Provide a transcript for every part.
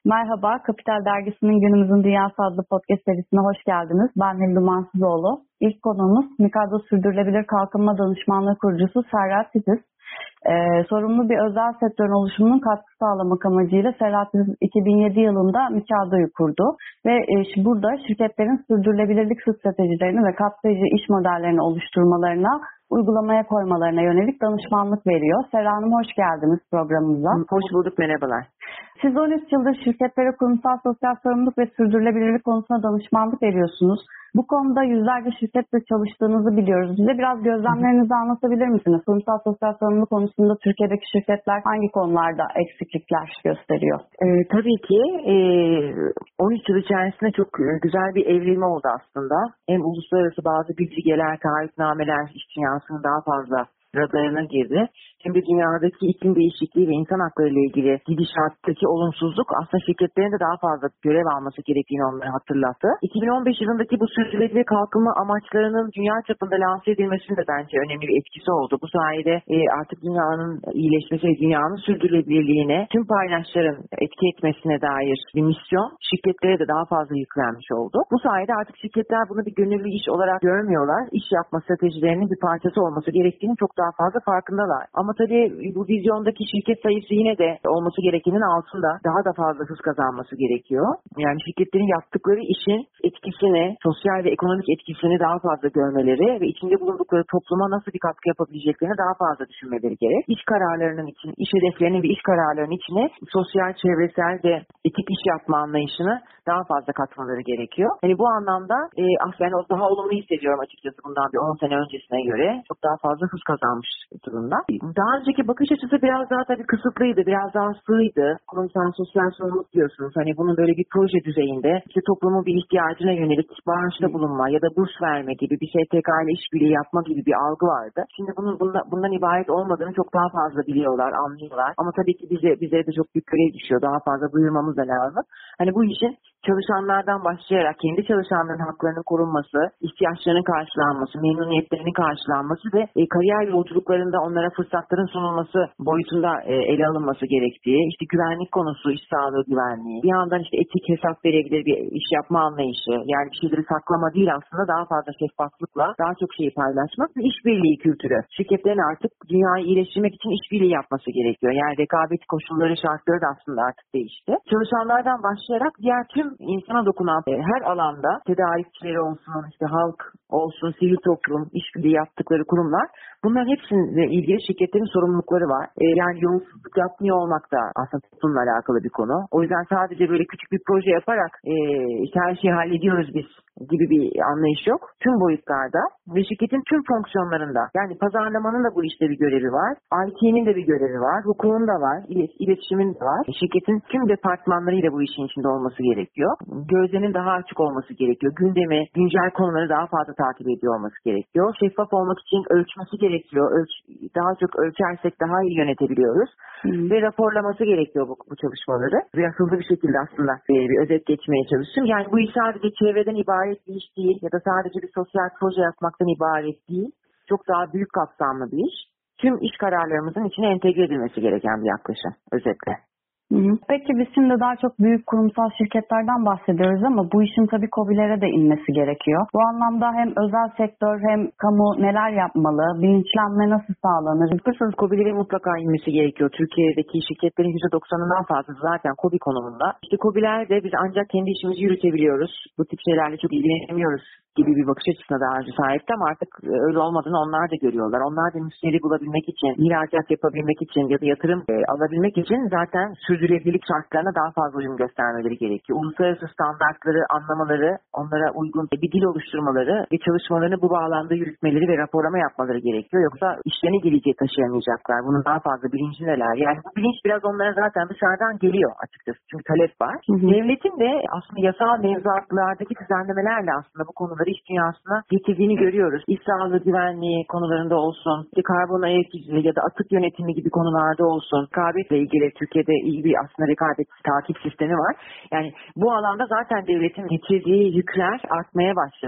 Merhaba, Kapital Dergisi'nin Günümüzün Dünyası adlı podcast serisine hoş geldiniz. Ben Hilal Dumansızoğlu. İlk konuğumuz Mikado Sürdürülebilir Kalkınma Danışmanlığı kurucusu Serra Titiz. Sorumlu bir özel sektörün oluşumunun katkı sağlamak amacıyla Serra Titiz 2007 yılında Mikado'yu kurdu. Ve burada şirketlerin sürdürülebilirlik stratejilerini ve kapsayıcı iş modellerini oluşturmalarına, uygulamaya koymalarına yönelik danışmanlık veriyor. Serra Hanım hoş geldiniz programımıza. Hoş bulduk, merhabalar. Siz 13 yıldır şirketlere kurumsal sosyal sorumluluk ve sürdürülebilirlik konusunda danışmanlık veriyorsunuz. Bu konuda yüzlerce şirketle çalıştığınızı biliyoruz. Bize biraz gözlemlerinizi anlatabilir misiniz? Kurumsal sosyal sorumluluk konusunda Türkiye'deki şirketler hangi konularda eksiklikler gösteriyor? Tabii ki 13 yıl içerisinde çok güzel bir evrilme oldu aslında. Hem uluslararası bazı bilgiler, taahhütnameler iş dünyasının daha fazla radarına girdi. Şimdi dünyadaki iklim değişikliği ve insan hakları ile ilgili gidişattaki olumsuzluk aslında şirketlerin de daha fazla görev alması gerektiğini onlara hatırlattı. 2015 yılındaki bu sürdürülebilir kalkınma amaçlarının dünya çapında lanse edilmesinin de bence önemli bir etkisi oldu. Bu sayede artık dünyanın iyileşmesi ve dünyanın sürdürülebilirliğine tüm paydaşların etki etmesine dair bir misyon şirketlere de daha fazla yüklenmiş oldu. Bu sayede artık şirketler bunu bir gönüllü iş olarak görmüyorlar. İş yapma stratejilerinin bir parçası olması gerektiğini çok daha fazla farkındalar. Ama tabii bu vizyondaki şirket sayısı yine de olması gerekenin altında daha da fazla hız kazanması gerekiyor. Yani şirketlerin yaptıkları işin etkisini, sosyal ve ekonomik etkisini daha fazla görmeleri ve içinde bulundukları topluma nasıl bir katkı yapabileceklerini daha fazla düşünmeleri gerek. İş kararlarının için, iş hedeflerinin ve iş kararlarının içine sosyal, çevresel ve etik iş yapma anlayışını daha fazla katmaları gerekiyor. Yani bu anlamda ben daha olumlu hissediyorum açıkçası bundan bir 10 sene öncesine göre. Çok daha fazla hız kazanmış durumda. Daha önceki bakış açısı biraz daha tabii kısıtlıydı, biraz daha sığydı. Kurumsal sosyal sorumluluk diyorsunuz. Hani bunun böyle bir proje düzeyinde işte toplumun bir ihtiyacına yönelik bağışta bulunma ya da burs verme gibi bir STK ile işbirliği yapma gibi bir algı vardı. Şimdi bundan ibaret olmadığını çok daha fazla biliyorlar, anlıyorlar. Ama tabii ki bize de çok büyük görev düşüyor. Daha fazla duyurmamız da lazım. Hani bu işin çalışanlardan başlayarak kendi çalışanların haklarının korunması, ihtiyaçlarının karşılanması, memnuniyetlerinin karşılanması ve kariyer yolculuklarında onlara fırsatların sunulması boyutunda ele alınması gerektiği, işte güvenlik konusu, iş sağlığı güvenliği, bir yandan işte etik hesap verebilir bir iş yapma anlayışı, yani bir şeyleri saklama değil aslında daha fazla şeffaflıkla daha çok şeyi paylaşmak ve işbirliği kültürü. Şirketlerin artık dünyayı iyileştirmek için işbirliği yapması gerekiyor. Yani rekabet koşulları, şartları da aslında artık değişti. Çalışanlardan başlayarak diğer tüm insana dokunan her alanda tedarikçileri olsun, işte halk olsun, sivil toplum, işbirliği yaptıkları kurumlar, bunların hepsiyle ilgili şirketlerin sorumlulukları var. Yani yolsuzluk yapmıyor olmak da aslında toplumla alakalı bir konu. O yüzden sadece böyle küçük bir proje yaparak işte her şeyi hallediyoruz biz gibi bir anlayış yok. Tüm boyutlarda ve şirketin tüm fonksiyonlarında, yani pazarlamanın da bu işte bir görevi var, IT'nin de bir görevi var, hukukun da var, iletişimin de var. Şirketin tüm departmanlarıyla bu işin içinde olması gerekiyor. Gözlerinin daha açık olması gerekiyor. Gündemi, güncel konuları daha fazla takip ediyor olması gerekiyor. Şeffaf olmak için ölçmesi gerekiyor. Daha çok ölçersek daha iyi yönetebiliyoruz. Ve raporlaması gerekiyor bu çalışmaları. Biraz hızlı bir şekilde aslında bir özet geçmeye çalıştım. Yani bu iş sadece çevreden ibaret bir iş değil ya da sadece bir sosyal proje yapmaktan ibaret değil. Çok daha büyük kapsamlı bir iş. Tüm iş kararlarımızın içine entegre edilmesi gereken bir yaklaşım özetle. Peki biz şimdi daha çok büyük kurumsal şirketlerden bahsediyoruz ama bu işin tabii KOBİ'lere de inmesi gerekiyor. Bu anlamda hem özel sektör hem kamu neler yapmalı? Bilinçlenme nasıl sağlanır? Biliyorsunuz KOBİ'lere mutlaka inmesi gerekiyor. Türkiye'deki şirketlerin %90'ından fazlası zaten KOBİ konumunda. İşte KOBİ'ler de biz ancak kendi işimizi yürütebiliyoruz. Bu tip şeylerle çok ilgilenemiyoruz gibi bir bakış açısına daha önce sahipti ama artık öyle olmadığını onlar da görüyorlar. Onlar da müşteri bulabilmek için, ihracat yapabilmek için ya da yatırım alabilmek için zaten sürdürülebilirlik şartlarına daha fazla uyum göstermeleri gerekiyor. Uluslararası standartları anlamaları, onlara uygun bir dil oluşturmaları ve çalışmalarını bu bağlamda yürütmeleri ve raporlama yapmaları gerekiyor. Yoksa işlerini geleceğe taşıyamayacaklar. Bunun daha fazla bilincindeler. Yani bu bilinç biraz onlara zaten dışarıdan geliyor açıkçası. Çünkü talep var. Devletin de aslında yasal mevzuatlardaki düzenlemelerle aslında bu konuları iş dünyasına getirdiğini görüyoruz. İş sağlığı güvenliği konularında olsun, karbon ayak izi ya da atık yönetimi gibi konularda olsun, rekabetle ilgili Türkiye'de iyi bir aslında rekabet takip sistemi var. Yani bu alanda zaten devletin getirdiği yükler artmaya başladı.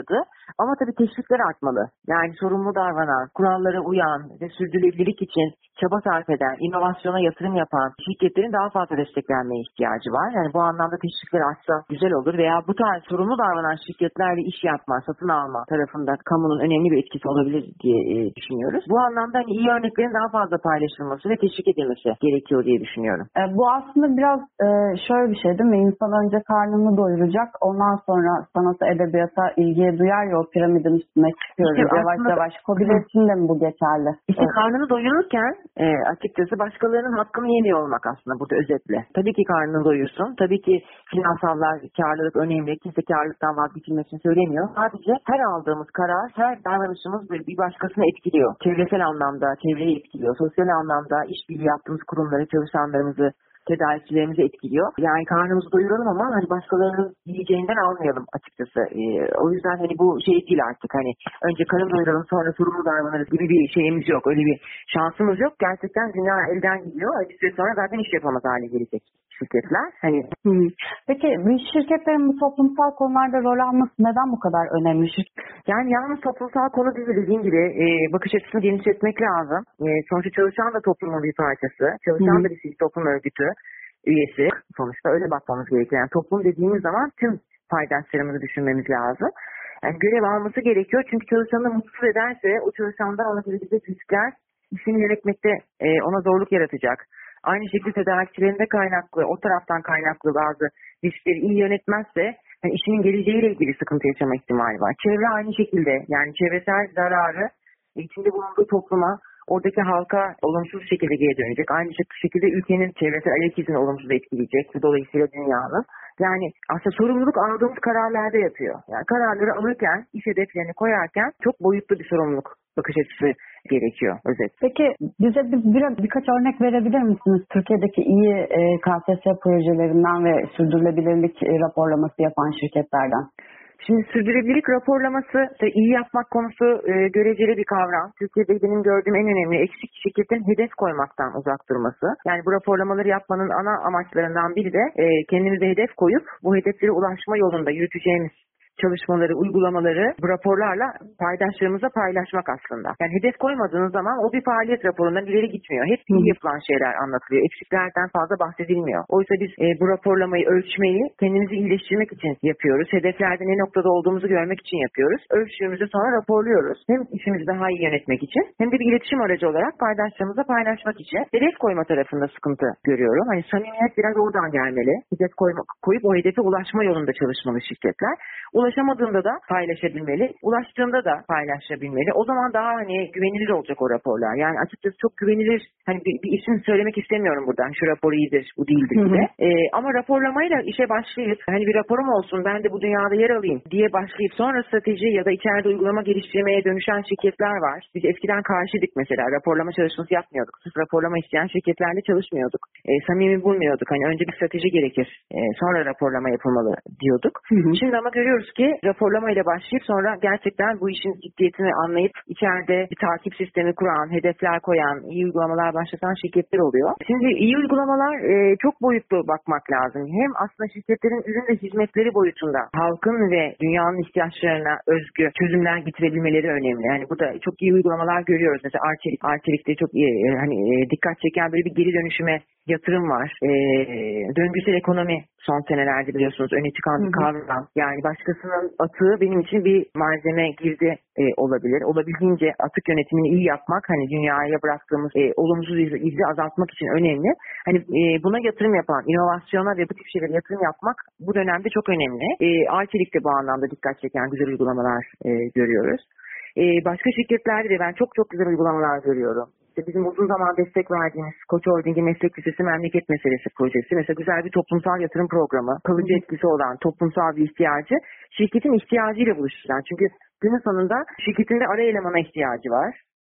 Ama tabii teşvikler artmalı. Yani sorumlu davranan, kurallara uyan ve sürdürülebilirlik için çaba sarf eden, inovasyona yatırım yapan şirketlerin daha fazla desteklenmeye ihtiyacı var. Yani bu anlamda teşvikler artsa güzel olur veya bu tarz sorumlu davranan şirketlerle iş yapma, satın alma tarafında kamunun önemli bir etkisi olabilir diye düşünüyoruz. Bu anlamda hani iyi örneklerin daha fazla paylaşılması ve teşvik edilmesi gerekiyor diye düşünüyorum. Bu aslında biraz şöyle bir şey değil mi? İnsan önce karnını doyuracak, ondan sonra sanata, edebiyata ilgiye duyar ya, o piramidin üstüne çıkıyoruz İşte yavaş yavaş. KOBİ'ler için de mi bu geçerli? İşte karnını doyururken açıkçası başkalarının hakkını yemiyor olmak aslında burada özetle. Tabii ki karnını doyursun. Tabii ki finansallar, karlılık önemli. Kimse karlılıktan vazgeçilmesini söylemiyor. Sadece her aldığımız karar, her davranışımız bir başkasını etkiliyor. Çevresel anlamda çevreyi etkiliyor. Sosyal anlamda işbirliği yaptığımız kurumları, çalışanlarımızı, tedarikçilerimizi etkiliyor. Yani karnımızı doyuralım ama hani başkalarının yiyeceğinden almayalım açıkçası. O yüzden hani bu şey değil artık, hani önce karın doyuralım sonra sorumlu davranırız gibi bir şeyimiz yok. Öyle bir şansımız yok. Gerçekten dünya elden gidiyor. Bir süre sonra zaten iş yapamaz hale gelecek şirketler. Hani Peki bir şirketlerin bu toplumsal konularda rol alması neden bu kadar önemli? Yani yalnız toplumsal konu değil, dediğim gibi bakış açısını genişletmek lazım. Sonuçta çalışan da toplumun bir parçası. Çalışan da bir sivil toplum örgütü üyesi. Sonuçta öyle bakmamız gerekiyor. Yani toplum dediğimiz zaman tüm paydaşlarımızı düşünmemiz lazım. Yani görev alması gerekiyor. Çünkü çalışanı mutsuz ederse o çalışandan ona gelecek riskler işini yönetmekte ona zorluk yaratacak. Aynı şekilde tedarikçilerinde kaynaklı, o taraftan kaynaklı bazı riskleri iyi yönetmezse yani işinin geleceğiyle ilgili sıkıntı yaşama ihtimali var. Çevre aynı şekilde, yani çevresel zararı içinde bulunduğu topluma, oradaki halka olumsuz şekilde geri dönecek. Aynı şekilde ülkenin çevresel ayak izini olumsuz etkileyecek. Dolayısıyla dünyanın. Yani aslında sorumluluk aldığımız kararlarda yatıyor. Yani kararları alırken, iş hedeflerini koyarken çok boyutlu bir sorumluluk bakış açısı gerekiyor özet. Peki bize birkaç örnek verebilir misiniz? Türkiye'deki iyi KSS projelerinden ve sürdürülebilirlik raporlaması yapan şirketlerden. Şimdi sürdürülebilirlik raporlaması, iyi yapmak konusu göreceli bir kavram. Türkiye'de benim gördüğüm en önemli eksik şirketin hedef koymaktan uzak durması. Yani bu raporlamaları yapmanın ana amaçlarından biri de kendimize hedef koyup bu hedeflere ulaşma yolunda yürüteceğimiz çalışmaları, uygulamaları bu raporlarla paydaşlarımıza paylaşmak aslında. Yani hedef koymadığınız zaman o bir faaliyet raporundan ileri gitmiyor. Hep iyi yapılan şeyler anlatılıyor. Eksiklerden fazla bahsedilmiyor. Oysa biz bu raporlamayı, ölçmeyi kendimizi iyileştirmek için yapıyoruz. Hedeflerde ne noktada olduğumuzu görmek için yapıyoruz. Ölçtüğümüzde sonra raporluyoruz. Hem işimizi daha iyi yönetmek için hem de bir iletişim aracı olarak paydaşlarımıza paylaşmak için. Hedef koyma tarafında sıkıntı görüyorum. Hani samimiyet biraz oradan gelmeli. Hedef koyup o hedefe ulaşma yolunda çalışmalı şirketler. Ulaşamadığında da paylaşabilmeli, ulaştığında da paylaşabilmeli. O zaman daha hani güvenilir olacak o raporlar. Yani açıkçası çok güvenilir, hani bir isim söylemek istemiyorum buradan. Şu rapor iyidir, bu değildir diye. Ama raporlamayla işe başlayıp hani bir raporum olsun, ben de bu dünyada yer alayım diye başlayıp sonra strateji ya da içeride uygulama geliştirmeye dönüşen şirketler var. Biz eskiden karşıydık mesela. Raporlama çalışması yapmıyorduk. Sırf raporlama isteyen şirketlerle çalışmıyorduk. Samimi bulmuyorduk. Hani önce bir strateji gerekir. Sonra raporlama yapılmalı diyorduk. Şimdi ama görüyoruz ki raporlamayla başlayıp sonra gerçekten bu işin ciddiyetini anlayıp içeride bir takip sistemi kuran, hedefler koyan, iyi uygulamalar başlatan şirketler oluyor. Şimdi iyi uygulamalar çok boyutlu bakmak lazım. Hem aslında şirketlerin ürün ve hizmetleri boyutunda halkın ve dünyanın ihtiyaçlarına özgü çözümler getirebilmeleri önemli. Yani bu da çok iyi uygulamalar görüyoruz. Mesela Arçelik'te çok iyi, hani dikkat çeken böyle bir geri dönüşüme yatırım var. Döngüsel ekonomi son senelerde biliyorsunuz öne çıkan bir kavram. Yani başkasının atığı benim için bir malzeme girdi olabilir. Olabildiğince atık yönetimini iyi yapmak, hani dünyaya bıraktığımız olumsuz izi azaltmak için önemli. Hani buna yatırım yapan, inovasyona ve bu tip şeylere yatırım yapmak bu dönemde çok önemli. Arçelik'te bu anlamda dikkat çeken güzel uygulamalar görüyoruz. Başka şirketlerde de ben çok güzel uygulamalar görüyorum. Bizim uzun zaman destek verdiğimiz Koç Holding'in Meslek Lisesi Memleket Meselesi projesi. Mesela güzel bir toplumsal yatırım programı, kalıcı etkisi olan toplumsal bir ihtiyacı şirketin ihtiyacıyla buluşturan. Çünkü günün sonunda şirketin de ara elemana ihtiyacı var.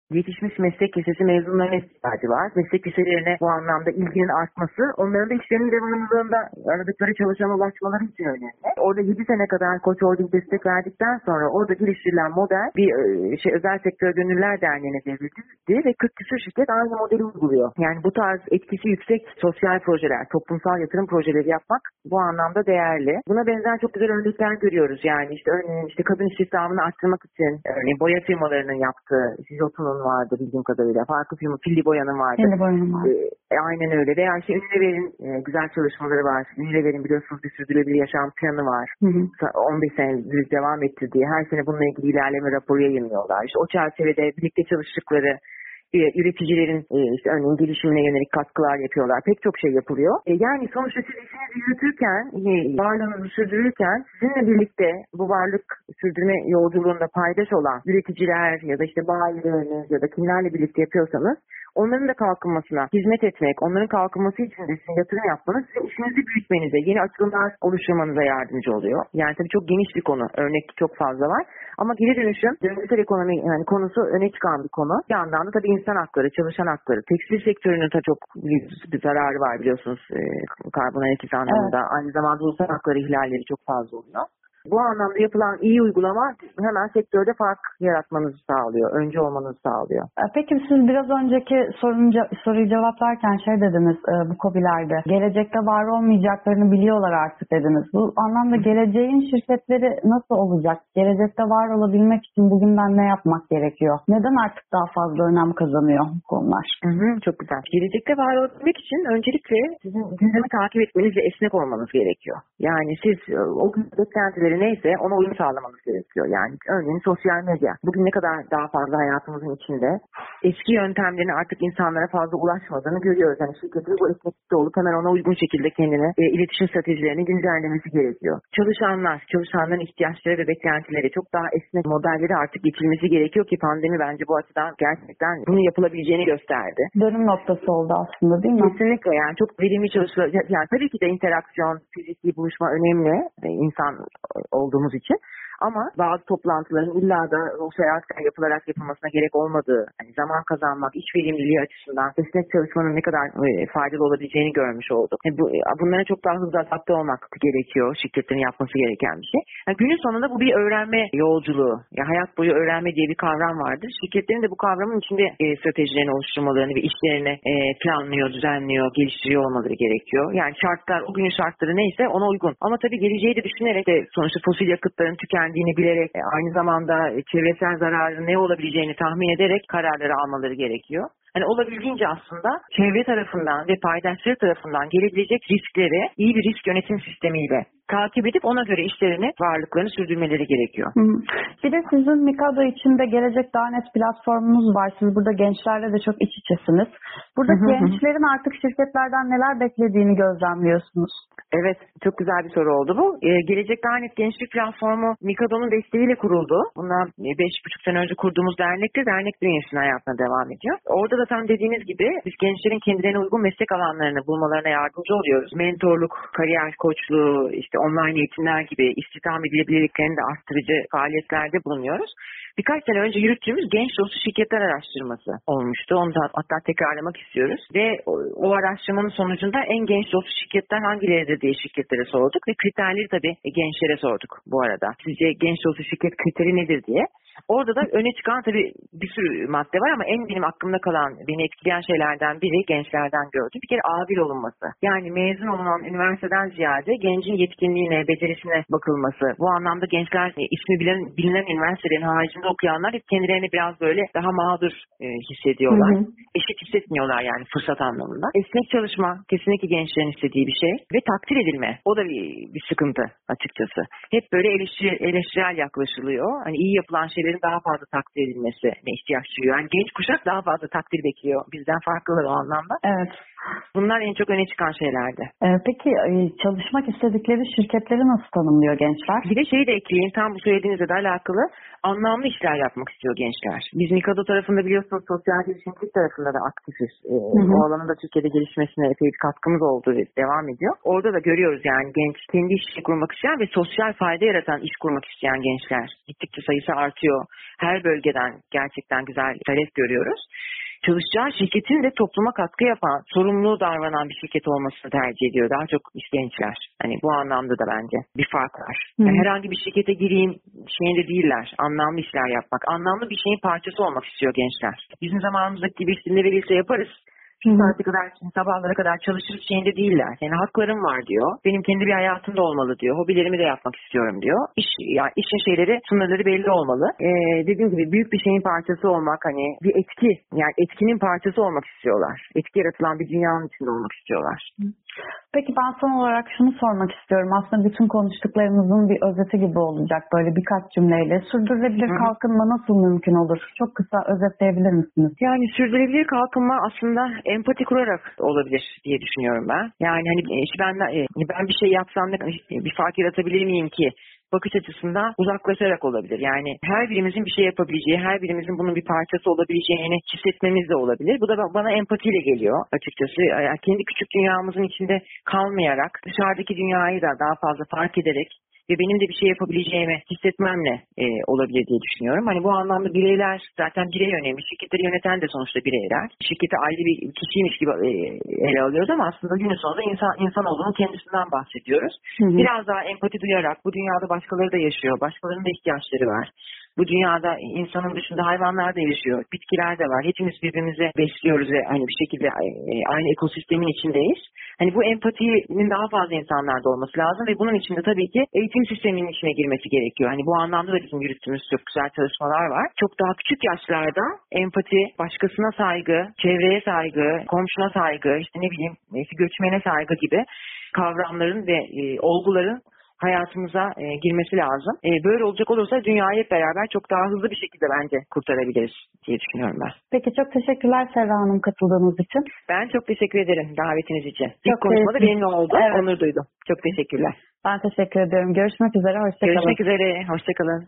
yetişmiş meslek lisesi mezunlarına ihtiyacı var. Meslek liselerine bu anlamda ilginin artması, onların da işlerinin devamlılığında aradıkları çalışana ulaşmaları için önemli. Orada 7 sene kadar Koç Holding destek verdikten sonra orada geliştirilen model bir özel sektör gönüllüler derneğine devredildi ve 40 küsur şirket aynı modeli uyguluyor. Yani bu tarz etkisi yüksek sosyal projeler, toplumsal yatırım projeleri yapmak bu anlamda değerli. Buna benzer çok güzel örnekler görüyoruz. Yani örneğin kadın istihdamını arttırmak için örneğin boya firmalarının yaptığı, Sizotun'un vardı bildiğim kadarıyla, farklı firma Pilli Boya'nın vardı. Pilli Boya'nın var. Aynen öyle. Veya Unilever'in güzel çalışmaları var. Unilever'in biliyorsunuz bir sürdürülebilir yaşam planı var. 15 senedir devam ettirdiği, her sene bununla ilgili ilerleme raporu yayınlıyorlar. O çerçevede birlikte çalıştıkları üreticilerin örneğin gelişimine yönelik katkılar yapıyorlar. Pek çok şey yapılıyor. Yani sonuçta siz işinizi yürütürken, varlığınızı sürdürürken sizinle birlikte bu varlık sürdürme yolculuğunda paydaş olan üreticiler ya da bayileriniz ya da kimlerle birlikte yapıyorsanız onların da kalkınmasına hizmet etmek, onların kalkınması için de sizin yatırım yapmanız, sizin işinizi büyütmenize, yeni açılımlar oluşturmanıza yardımcı oluyor. Yani tabii çok geniş bir konu. Örnek çok fazla var. Ama geri dönüşüm, döngüsel ekonomi konusu öne çıkan bir konu. Bir yandan da tabii insan hakları, çalışan hakları. Tekstil sektörünün de çok büyük bir zararı var biliyorsunuz karbon ayak izi anlamında. Evet. Aynı zamanda ulusal hakları ihlalleri çok fazla oluyor. Bu anlamda yapılan iyi uygulama hemen sektörde fark yaratmanızı sağlıyor, öncü olmanızı sağlıyor. Peki siz biraz önceki soruyu cevaplarken dediniz bu KOBİ'lerde. Gelecekte var olmayacaklarını biliyorlar artık dediniz. Bu anlamda geleceğin şirketleri nasıl olacak? Gelecekte var olabilmek için bugünden ne yapmak gerekiyor? Neden artık daha fazla önem kazanıyor bu konular? Çok güzel. Gelecekte var olabilmek için öncelikle sizin gündemi takip etmeniz ve esnek olmanız gerekiyor. Yani siz o gün beklentileri neyse ona uyum sağlamanız gerekiyor. Yani örneğin sosyal medya. Bugün ne kadar daha fazla hayatımızın içinde eski yöntemlerin artık insanlara fazla ulaşmadığını görüyoruz. Yani şirketin bu esneklikte olup hemen ona uygun şekilde kendine iletişim stratejilerini güncellemesi gerekiyor. Çalışanların ihtiyaçları ve beklentileri çok daha esnek modelleri artık geçilmesi gerekiyor ki pandemi bence bu açıdan gerçekten bunu yapılabileceğini gösterdi. Dönüm noktası oldu aslında değil mi? Kesinlikle yani çok verimli çalışıyor. Yani tabii ki de interaksiyon, fiziki buluşma önemli insan olduğumuz için. Ama bazı toplantıların illa da sosyal aktar yapılarak yapılmasına gerek olmadığı, yani zaman kazanmak, iş verimliliği açısından esnek çalışmanın ne kadar faydalı olabileceğini görmüş olduk. Bunlara çok daha hızlı adapte olmak gerekiyor. Şirketlerin yapması gereken bir şey. Yani günün sonunda bu bir öğrenme yolculuğu. Ya hayat boyu öğrenme diye bir kavram vardır. Şirketlerin de bu kavramın içinde stratejilerini oluşturmalarını ve işlerini planlıyor, düzenliyor, geliştiriyor olmaları gerekiyor. Yani şartlar, o günün şartları neyse ona uygun. Ama tabii geleceği de düşünerek de sonuçta fosil yakıtların tükendiğini bilerek, aynı zamanda çevresel zararın ne olabileceğini tahmin ederek kararları almaları gerekiyor. Hani olabildiğince aslında çevre tarafından ve paydaşları tarafından gelebilecek riskleri iyi bir risk yönetim sistemiyle takip edip ona göre işlerini, varlıklarını sürdürmeleri gerekiyor. Bir de sizin Mikado içinde Gelecek Daha Net platformunuz var. Siz burada gençlerle de çok iç içesiniz. Burada gençlerin artık şirketlerden neler beklediğini gözlemliyorsunuz. Evet, çok güzel bir soru oldu bu. Gelecek Daha Net Gençlik Platformu Mikado'nun desteğiyle kuruldu. Bundan 5,5 sene önce kurduğumuz dernek bünyesinde hayatına devam ediyor. Orada da tam dediğiniz gibi biz gençlerin kendilerine uygun meslek alanlarını bulmalarına yardımcı oluyoruz. Mentorluk, kariyer koçluğu, online eğitimler gibi istihdam edilebilirliklerini de arttırıcı faaliyetlerde bulunuyoruz. Birkaç sene önce yürüttüğümüz genç dostu şirketler araştırması olmuştu. Onu da hatta tekrarlamak istiyoruz. Ve o araştırmanın sonucunda en genç dostu şirketler hangileridir diye şirketlere sorduk. Ve kriterleri tabii gençlere sorduk bu arada. Sizce genç dostu şirket kriteri nedir diye. Orada da öne çıkan tabii bir sürü madde var ama en benim aklımda kalan, beni etkileyen şeylerden biri gençlerden gördüğüm bir kere adil olunması. Yani mezun olunan üniversiteden ziyade gencin yetkinliğine, becerisine bakılması. Bu anlamda gençler ismi bilinen üniversitelerin haricinde okuyanlar kendilerini biraz böyle daha mağdur hissediyorlar. Eşit hissetmiyorlar yani fırsat anlamında. Esnek çalışma kesinlikle gençlerin istediği bir şey ve takdir edilme. O da bir sıkıntı açıkçası. Hep böyle eleştirel yaklaşılıyor. Hani iyi yapılan şeylerin daha fazla takdir edilmesine ihtiyaç duyuyor. Yani genç kuşak daha fazla takdir profil bekliyor. Bizden farklılar o anlamda. Evet. Bunlar en çok öne çıkan şeylerdi. Peki çalışmak istedikleri şirketleri nasıl tanımlıyor gençler? Bir de şeyi de ekleyeyim, tam bu söylediğinizle de alakalı, anlamlı işler yapmak istiyor gençler. Biz Mikado tarafında biliyorsunuz sosyal girişimcilik tarafında da aktifiz. O alanın da Türkiye'de gelişmesine epey bir katkımız olduğu devam ediyor. Orada da görüyoruz yani genç kendi işini kurmak isteyen ve sosyal fayda yaratan iş kurmak isteyen gençler. Gittikçe sayısı artıyor. Her bölgeden gerçekten güzel talep görüyoruz. Çalışacağı şirketin de topluma katkı yapan, sorumlu davranan bir şirket olmasını tercih ediyor. Daha çok gençler. Hani bu anlamda da bence bir fark var. Yani herhangi bir şirkete gireyim şeyinde değiller. Anlamlı işler yapmak. Anlamlı bir şeyin parçası olmak istiyor gençler. Bizim zamanımızdaki gibi işte ne verirse yaparız. Şu saate kadar, sabahlara kadar çalışırız şeyinde değiller. Yani haklarım var diyor. Benim kendi bir hayatım da olmalı diyor. Hobilerimi de yapmak istiyorum diyor. Yani işin şeyleri, sınırları belli olmalı. Dediğim gibi büyük bir şeyin parçası olmak, hani bir etki, yani etkinin parçası olmak istiyorlar. Etki yaratılan bir dünyanın içinde olmak istiyorlar. Peki ben son olarak şunu sormak istiyorum. Aslında bütün konuştuklarımızın bir özeti gibi olacak böyle birkaç cümleyle. Sürdürülebilir kalkınma nasıl mümkün olur? Çok kısa özetleyebilir misiniz? Yani sürdürülebilir kalkınma aslında empati kurarak olabilir diye düşünüyorum ben. Yani hani ben bir şey yapsam bir fark yaratabilir miyim ki? Bakış açısından uzaklaşarak olabilir. Yani her birimizin bir şey yapabileceği, her birimizin bunun bir parçası olabileceğini hissetmemiz de olabilir. Bu da bana empatiyle geliyor açıkçası. Yani kendi küçük dünyamızın içinde kalmayarak dışarıdaki dünyayı da daha fazla fark ederek ve benim de bir şey yapabileceğimi hissetmemle olabilir diye düşünüyorum. Hani bu anlamda bireyler zaten birey önemli. Şirketleri yöneten de sonuçta bireyler. Şirketi ayrı bir kişiymiş gibi ele alıyoruz ama aslında günün sonunda insan olduğunun kendisinden bahsediyoruz. Biraz daha empati duyarak bu dünyada başkaları da yaşıyor. Başkalarının da ihtiyaçları var. Bu dünyada insanın dışında hayvanlar da yaşıyor. Bitkiler de var. Hepimiz birbirimizi besliyoruz ve aynı bir şekilde aynı ekosistemin içindeyiz. Hani bu empatinin daha fazla insanlarda olması lazım ve bunun için de tabii ki eğitim sisteminin içine girmesi gerekiyor. Hani bu anlamda da bizim yürüttüğümüz çok güzel çalışmalar var. Çok daha küçük yaşlarda empati, başkasına saygı, çevreye saygı, komşuna saygı, işte ne bileyim göçmene saygı gibi kavramların ve olguların hayatımıza girmesi lazım. Böyle olacak olursa dünyayı hep beraber çok daha hızlı bir şekilde bence kurtarabiliriz diye düşünüyorum ben. Peki çok teşekkürler Serra Hanım katıldığınız için. Ben çok teşekkür ederim davetiniz için. İlk konuşmada benimle oldu. Evet. Onur duydum. Çok teşekkürler. Ben teşekkür ediyorum. Görüşmek üzere. Hoşça kalın. Görüşmek üzere. Hoşça kalın.